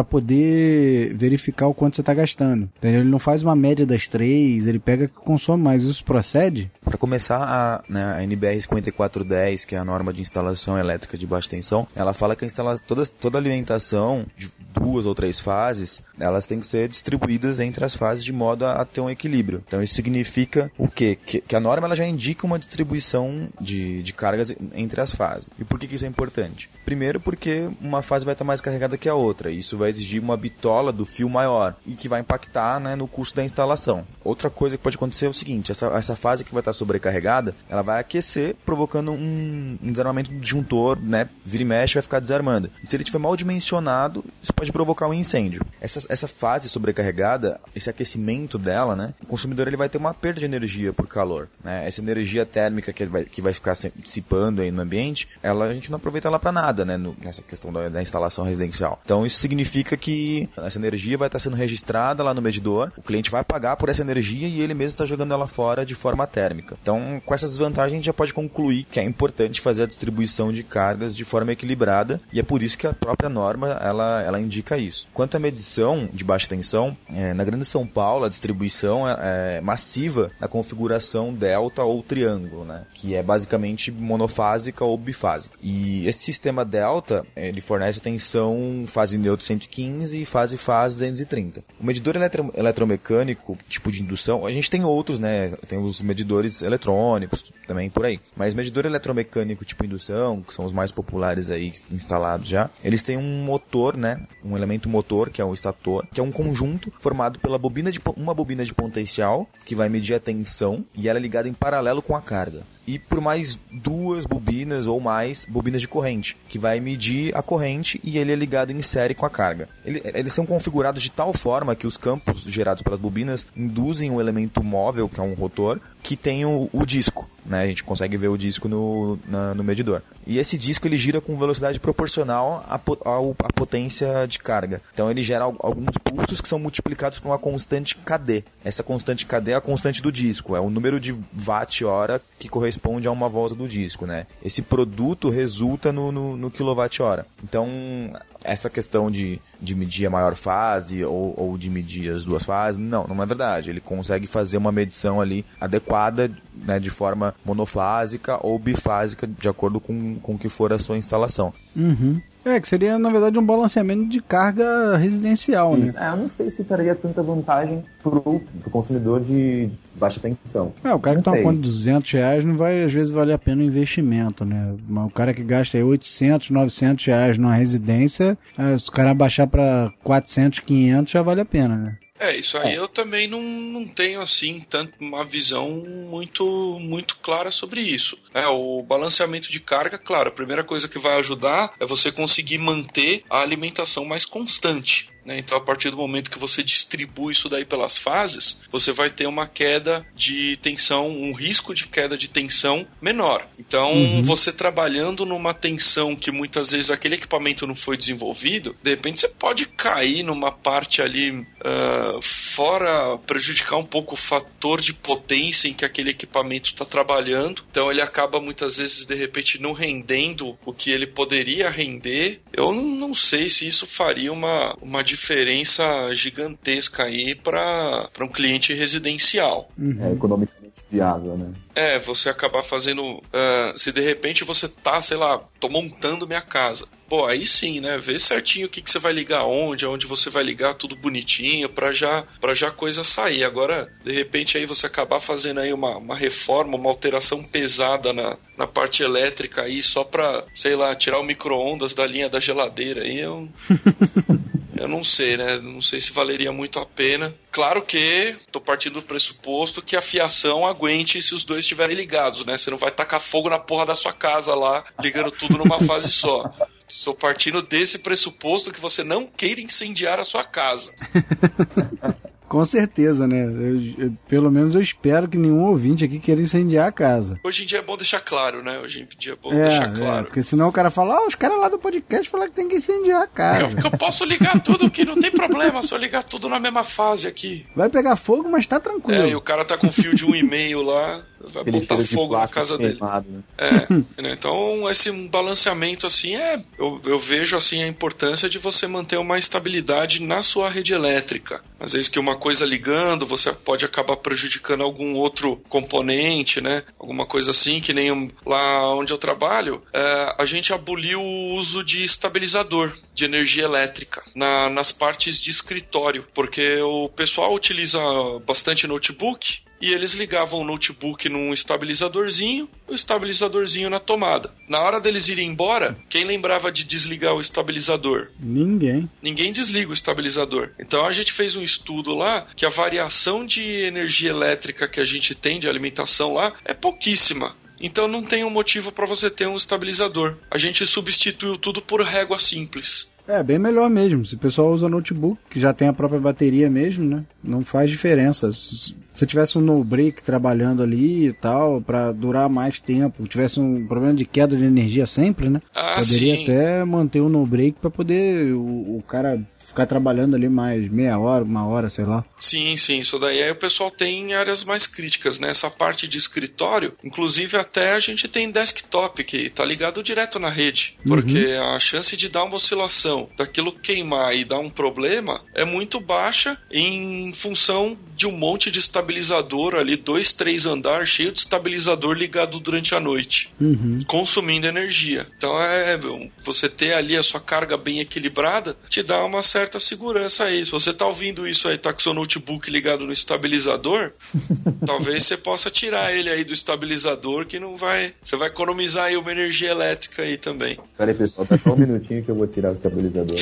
poder verificar o quanto você está gastando. Entendeu? Ele não faz uma média das três, ele pega que consome mais. Isso procede? Para começar, a, né, a N B R cinquenta e quatro dez, que é a norma de instalação elétrica de baixa tensão, ela fala que a instala, toda, toda alimentação de duas ou três fases, elas têm que ser distribuídas entre as fases de modo a, a ter um equilíbrio. Então isso significa o quê? Que, que a norma ela já indica uma distribuição de, de cargas entre as fases. E por que, que isso é importante? Primeiro porque uma fase vai estar mais carregada que a outra. Isso vai exigir uma bitola do fio maior e que vai impactar, né, no custo da instalação. Outra coisa que pode acontecer é o seguinte, essa, essa fase que vai estar sobrecarregada, ela vai aquecer, provocando um, um desarmamento do disjuntor, né, vira e mexe, vai ficar desarmando. E se ele estiver mal dimensionado, isso pode provocar um incêndio. Essa, essa fase sobrecarregada, esse aquecimento dela, né, o consumidor ele vai ter uma perda de energia por calor. Né? Essa energia térmica que vai, que vai ficar se dissipando aí no ambiente, ela, a gente não aproveita ela para nada, né, no, nessa questão da, da instalação residencial. Então isso significa que essa energia vai estar sendo registrada lá no medidor, o cliente vai pagar por essa energia e ele mesmo está jogando ela fora de forma térmica. Então, com essas vantagens a gente já pode concluir que é importante fazer a distribuição de cargas de forma equilibrada, e é por isso que a própria norma ela, ela indica isso. Quanto à medição de baixa tensão, é, na Grande São Paulo a distribuição é, é massiva na configuração delta ou triângulo, né? Que é basicamente monofásica ou bifásica. E esse sistema delta, ele fornece tensão fase neutro cento e quinze e fase fase duzentos e trinta. O medidor eletro, eletromecânico, tipo de indução, a gente tem outros, né? Tem os medidores eletrônicos também por aí. Mas medidor eletromecânico tipo indução, que são os mais populares aí instalados já, eles têm um motor, né? Um elemento motor, que é o estator, que é um conjunto formado pela bobina de, uma bobina de potencial, que vai medir a tensão, e ela é ligada em paralelo com a carga. E por mais duas bobinas ou mais bobinas de corrente, que vai medir a corrente e ele é ligado em série com a carga. Ele, eles são configurados de tal forma que os campos gerados pelas bobinas induzem um elemento móvel, que é um rotor, que tem o, o disco. Né? A gente consegue ver o disco no, na, no medidor. E esse disco ele gira com velocidade proporcional à, à potência de carga. Então ele gera alguns pulsos que são multiplicados por uma constante K D. Essa constante K D é a constante do disco, é o número de watt-hora que corresponde a uma volta do disco. Né? Esse produto resulta no, no, no quilowatt-hora. Então essa questão de, de medir a maior fase ou, ou de medir as duas fases, não, não é verdade. Ele consegue fazer uma medição ali adequada, né, de forma monofásica ou bifásica, de acordo com, com o que for a sua instalação. Uhum. É, que seria, na verdade, um balanceamento de carga residencial, Isso. né? É, eu não sei se traria tanta vantagem pro, pro consumidor de baixa tensão. É, o cara não que tá sei. com duzentos reais não vai, às vezes, valer a pena o investimento, né? Mas o cara que gasta aí oitocentos, novecentos reais numa residência, se o cara baixar para quatrocentos, quinhentos, já vale a pena, né? É, isso aí é. Eu também não, não tenho, assim, tanto uma visão muito, muito clara sobre isso. É, o balanceamento de carga, claro, a primeira coisa que vai ajudar é você conseguir manter a alimentação mais constante. Né? Então, a partir do momento que você distribui isso daí pelas fases, você vai ter uma queda de tensão, um risco de queda de tensão menor. Então, uhum. você trabalhando numa tensão que muitas vezes aquele equipamento não foi desenvolvido, de repente você pode cair numa parte ali uh, fora, prejudicar um pouco o fator de potência em que aquele equipamento está trabalhando. Então, ele acaba muitas vezes, de repente, não rendendo o que ele poderia render. Eu não, não sei se isso faria uma, uma diferença gigantesca aí para um cliente residencial. É economicamente viável, né? É, você acabar fazendo... Uh, se de repente você tá, sei lá, tô montando minha casa. Pô, aí sim, né? Vê certinho o que, que você vai ligar onde, aonde você vai ligar, tudo bonitinho, pra já, pra já a coisa sair. Agora, de repente, aí você acabar fazendo aí uma, uma reforma, uma alteração pesada na, na parte elétrica aí, só pra, sei lá, tirar o micro-ondas da linha da geladeira aí, eu... Eu não sei, né? Não sei se valeria muito a pena. Claro que tô partindo do pressuposto que a fiação aguente se os dois estiverem ligados, né? Você não vai tacar fogo na porra da sua casa lá, ligando tudo numa fase só. Estou partindo desse pressuposto que você não queira incendiar a sua casa. Com certeza, né? Eu, eu, pelo menos eu espero que nenhum ouvinte aqui queira incendiar a casa. Hoje em dia é bom deixar claro, né? Hoje em dia é bom é, deixar claro. É, porque senão o cara fala, ah, os caras lá do podcast falaram que tem que incendiar a casa. Eu, eu posso ligar tudo que não tem problema, só ligar tudo na mesma fase aqui. Vai pegar fogo, mas tá tranquilo. É, e o cara tá com fio de um e-mail lá, vai Aquele botar fogo na casa dele. Queimado, né? É, né? Então esse balanceamento assim, é, eu, eu vejo assim a importância de você manter uma estabilidade na sua rede elétrica. Às vezes que uma coisa ligando, você pode acabar prejudicando algum outro componente, né? Alguma coisa assim, que nem lá onde eu trabalho, é, a gente aboliu o uso de estabilizador de energia elétrica na, nas partes de escritório, porque o pessoal utiliza bastante notebook e eles ligavam o notebook num estabilizadorzinho, o estabilizadorzinho na tomada. Na hora deles irem embora, quem lembrava de desligar o estabilizador? Ninguém. Ninguém desliga o estabilizador. Então a gente fez um estudo lá que a variação de energia elétrica que a gente tem de alimentação lá é pouquíssima. Então não tem um motivo para você ter um estabilizador. A gente substituiu tudo por régua simples. É, bem melhor mesmo. Se o pessoal usa notebook, que já tem a própria bateria mesmo, né? Não faz diferença. Se você tivesse um no-break trabalhando ali e tal, pra durar mais tempo, tivesse um problema de queda de energia sempre, né? Ah, Poderia sim. até manter o no-break pra poder o, o cara ficar trabalhando ali mais meia hora, uma hora, sei lá. Sim, sim, isso daí aí o pessoal tem áreas mais críticas, né? Essa parte de escritório, inclusive até a gente tem desktop que tá ligado direto na rede, porque uhum. a chance de dar uma oscilação, daquilo queimar e dar um problema é muito baixa em função de um monte de estabilizador ali, dois, três andar cheio de estabilizador ligado durante a noite, uhum. consumindo energia. Então é você ter ali a sua carga bem equilibrada, te dá uma certa segurança aí. Se você tá ouvindo isso aí, tá com seu notebook ligado no estabilizador, talvez você possa tirar ele aí do estabilizador, que não vai... Você vai economizar aí uma energia elétrica aí também. Pera aí, pessoal, tá só um minutinho que eu vou tirar o estabilizador.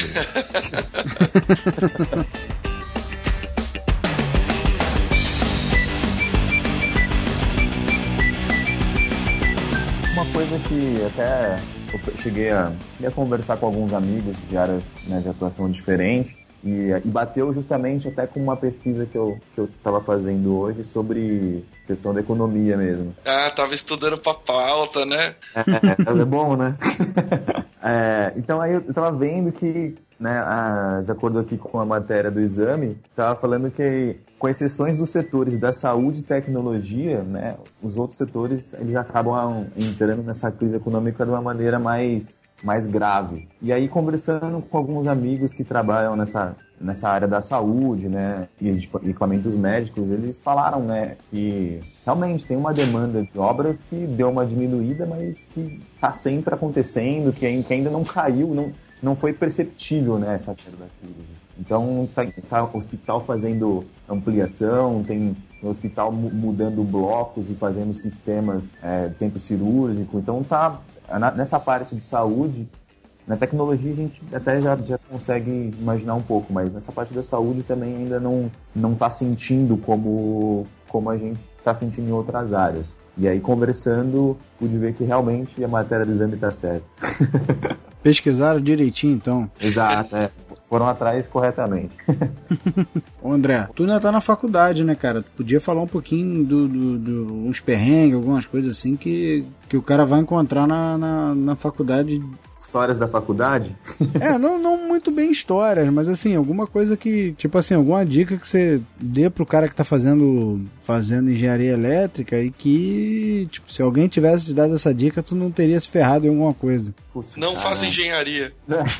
Uma coisa que até eu cheguei a, cheguei a conversar com alguns amigos de áreas, né, de atuação diferente e, e bateu justamente até com uma pesquisa que eu que eu estava fazendo hoje sobre questão da economia mesmo. Ah, tava estudando pra pauta, né? É, é bom, né? é, então aí eu tava vendo que, né, a, de acordo aqui com a matéria do exame, tava falando que, com exceções dos setores da saúde e tecnologia, né, os outros setores eles acabam entrando nessa crise econômica de uma maneira mais, mais grave. E aí, conversando com alguns amigos que trabalham nessa, nessa área da saúde, né, e de equipamentos médicos, eles falaram, né, que realmente tem uma demanda de obras que deu uma diminuída, mas que está sempre acontecendo, que ainda não caiu, não, não foi perceptível, né, essa queda da crise. Então, tá, tá o hospital fazendo ampliação, tem o hospital mudando blocos e fazendo sistemas é, de centro cirúrgico. Então, tá nessa parte de saúde, na tecnologia a gente até já, já consegue imaginar um pouco, mas nessa parte da saúde também ainda não não está sentindo como, como a gente está sentindo em outras áreas. E aí, conversando, pude ver que realmente a matéria do exame está certa. Pesquisaram direitinho, então. Exato, é. Foram atrás corretamente. Ô André, tu ainda tá na faculdade, né, cara? Tu podia falar um pouquinho do, do, do uns perrengues, algumas coisas assim que, que o cara vai encontrar na, na, na faculdade. Histórias da faculdade? É, não, não muito bem histórias, mas assim, alguma coisa que, tipo assim, alguma dica que você dê pro cara que tá fazendo, fazendo engenharia elétrica e que, tipo, se alguém tivesse te dado essa dica, tu não teria se ferrado em alguma coisa. Putz, não cara. Faça engenharia.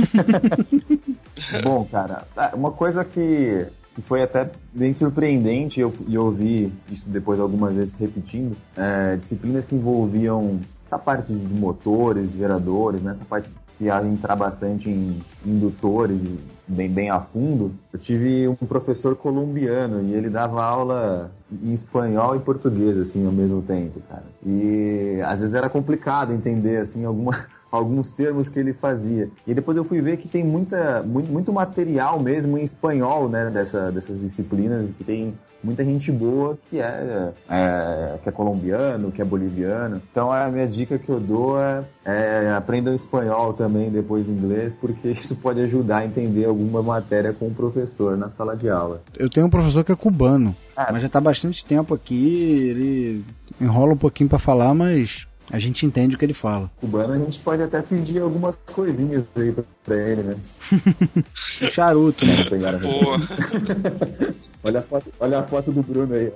Bom, cara, uma coisa que, que foi até bem surpreendente, e eu, eu ouvi isso depois algumas vezes repetindo, é, disciplinas que envolviam essa parte de motores, geradores, né, essa parte que ia entrar bastante em indutores, bem, bem a fundo. Eu tive um professor colombiano e ele dava aula em espanhol e português, assim, ao mesmo tempo, cara. E às vezes era complicado entender, assim, alguma... alguns termos que ele fazia. E depois eu fui ver que tem muita, muito, muito material mesmo em espanhol, né, dessa, dessas disciplinas, que tem muita gente boa que é, é, que é colombiano, que é boliviano. Então a minha dica que eu dou é, é aprendam espanhol também, depois inglês, porque isso pode ajudar a entender alguma matéria com o professor na sala de aula. Eu tenho um professor que é cubano, ah, mas já está há bastante tempo aqui, ele enrola um pouquinho para falar, mas... a gente entende o que ele fala. Cubano, a gente pode até pedir algumas coisinhas aí pra, pra ele, né? Um charuto, né? Boa. Olha a foto, olha a foto do Bruno aí.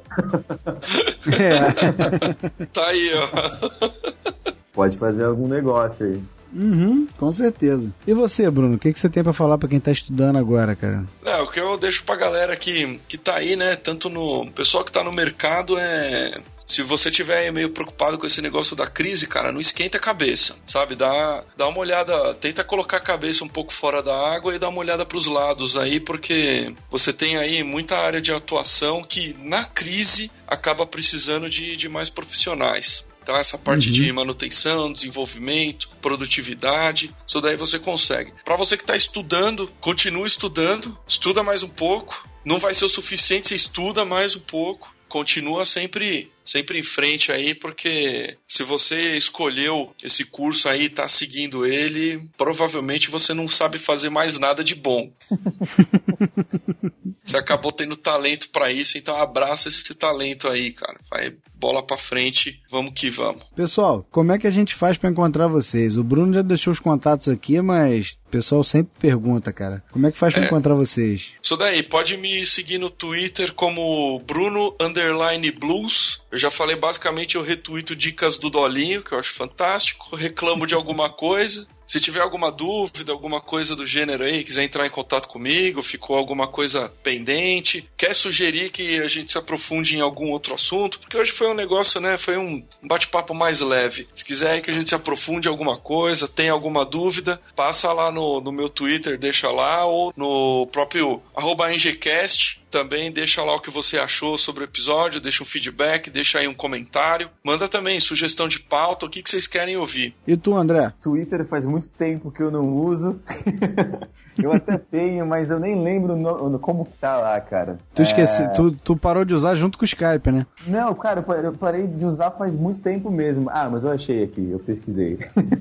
É. Tá aí, ó. Pode fazer algum negócio aí. Uhum, com certeza. E você, Bruno, o que, que você tem pra falar pra quem tá estudando agora, cara? É, o que eu deixo pra galera que, que tá aí, né, tanto no... pessoal que tá no mercado é... se você tiver meio preocupado com esse negócio da crise, cara, não esquenta a cabeça, sabe? Dá, dá uma olhada, tenta colocar a cabeça um pouco fora da água e dá uma olhada pros lados aí, porque você tem aí muita área de atuação que na crise acaba precisando de, de mais profissionais. Então essa parte uhum. de manutenção, desenvolvimento, produtividade, isso daí você consegue. Para você que está estudando, continue estudando, estuda mais um pouco. Não vai ser o suficiente, você estuda mais um pouco. continua sempre, sempre em frente aí, porque se você escolheu esse curso aí e tá seguindo ele, provavelmente você não sabe fazer mais nada de bom. Você acabou tendo talento pra isso, então abraça esse talento aí, cara. Vai bola pra frente, vamos que vamos. Pessoal, como é que a gente faz pra encontrar vocês? O Bruno já deixou os contatos aqui, mas o pessoal sempre pergunta, cara. Como é que faz pra é, encontrar vocês? Isso daí, pode me seguir no Twitter como Bruno Underline Blues. Eu já falei, basicamente eu retuito dicas do Dolinho, que eu acho fantástico. Reclamo de alguma coisa. Se tiver alguma dúvida, alguma coisa do gênero aí, quiser entrar em contato comigo, ficou alguma coisa pendente, quer sugerir que a gente se aprofunde em algum outro assunto, porque hoje foi um negócio, né, foi um bate-papo mais leve. Se quiser que a gente se aprofunde em alguma coisa, tem alguma dúvida, passa lá no, no meu Twitter, deixa lá, ou no próprio arroba Engcast, também deixa lá o que você achou sobre o episódio, deixa um feedback, deixa aí um comentário, manda também sugestão de pauta, o que, que vocês querem ouvir. E tu, André? Twitter faz muito tempo que eu não uso. Eu até tenho, mas eu nem lembro no, como que tá lá, cara. Tu esqueci, é... tu, tu parou de usar junto com o Skype, né? Não, cara, eu parei de usar faz muito tempo mesmo. Ah, mas eu achei aqui, eu pesquisei.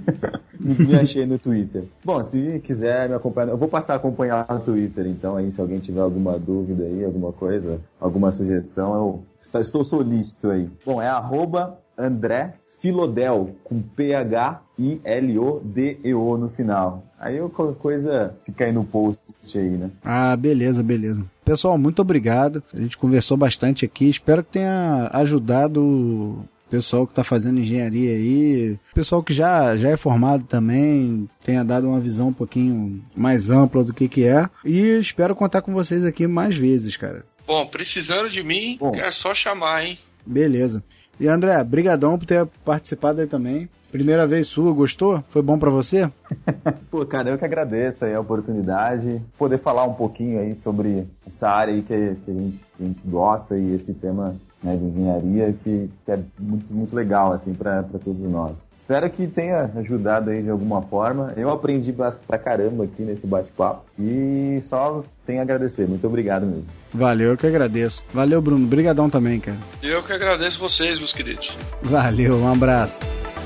Me achei no Twitter. Bom, se quiser me acompanhar, eu vou passar a acompanhar no Twitter, então aí se alguém tiver alguma dúvida aí, alguma coisa, alguma sugestão, eu estou solícito aí. Bom, é arroba André Filodel, com P H I L O D E O no final. Aí qualquer coisa fica aí no post aí, né? Ah, beleza, beleza. Pessoal, muito obrigado. A gente conversou bastante aqui. Espero que tenha ajudado o pessoal que está fazendo engenharia aí. O pessoal que já, já é formado também tenha dado uma visão um pouquinho mais ampla do que que é. E espero contar com vocês aqui mais vezes, cara. Bom, precisando de mim, Bom. é só chamar, hein? Beleza. E André, brigadão por ter participado aí também. Primeira vez sua, gostou? Foi bom pra você? Pô, cara, eu que agradeço aí a oportunidade, poder falar um pouquinho aí sobre essa área aí que, que, a, gente, que a gente gosta e esse tema, né, de engenharia que, que é muito, muito legal, assim, pra, pra todos nós. Espero que tenha ajudado aí de alguma forma. Eu aprendi pra caramba aqui nesse bate-papo e só tenho a agradecer. Muito obrigado mesmo. Valeu, eu que agradeço. Valeu, Bruno. Brigadão também, cara. Eu que agradeço vocês, meus queridos. Valeu, um abraço.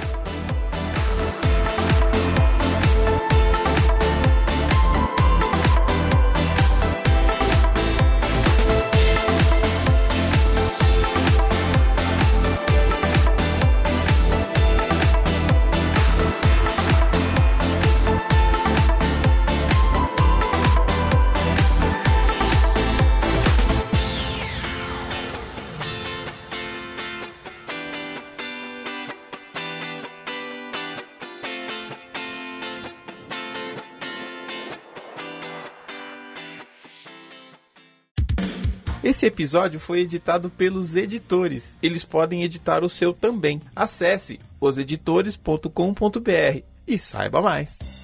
Esse episódio foi editado pelos editores. Eles podem editar o seu também. Acesse os editores ponto com ponto b r e saiba mais.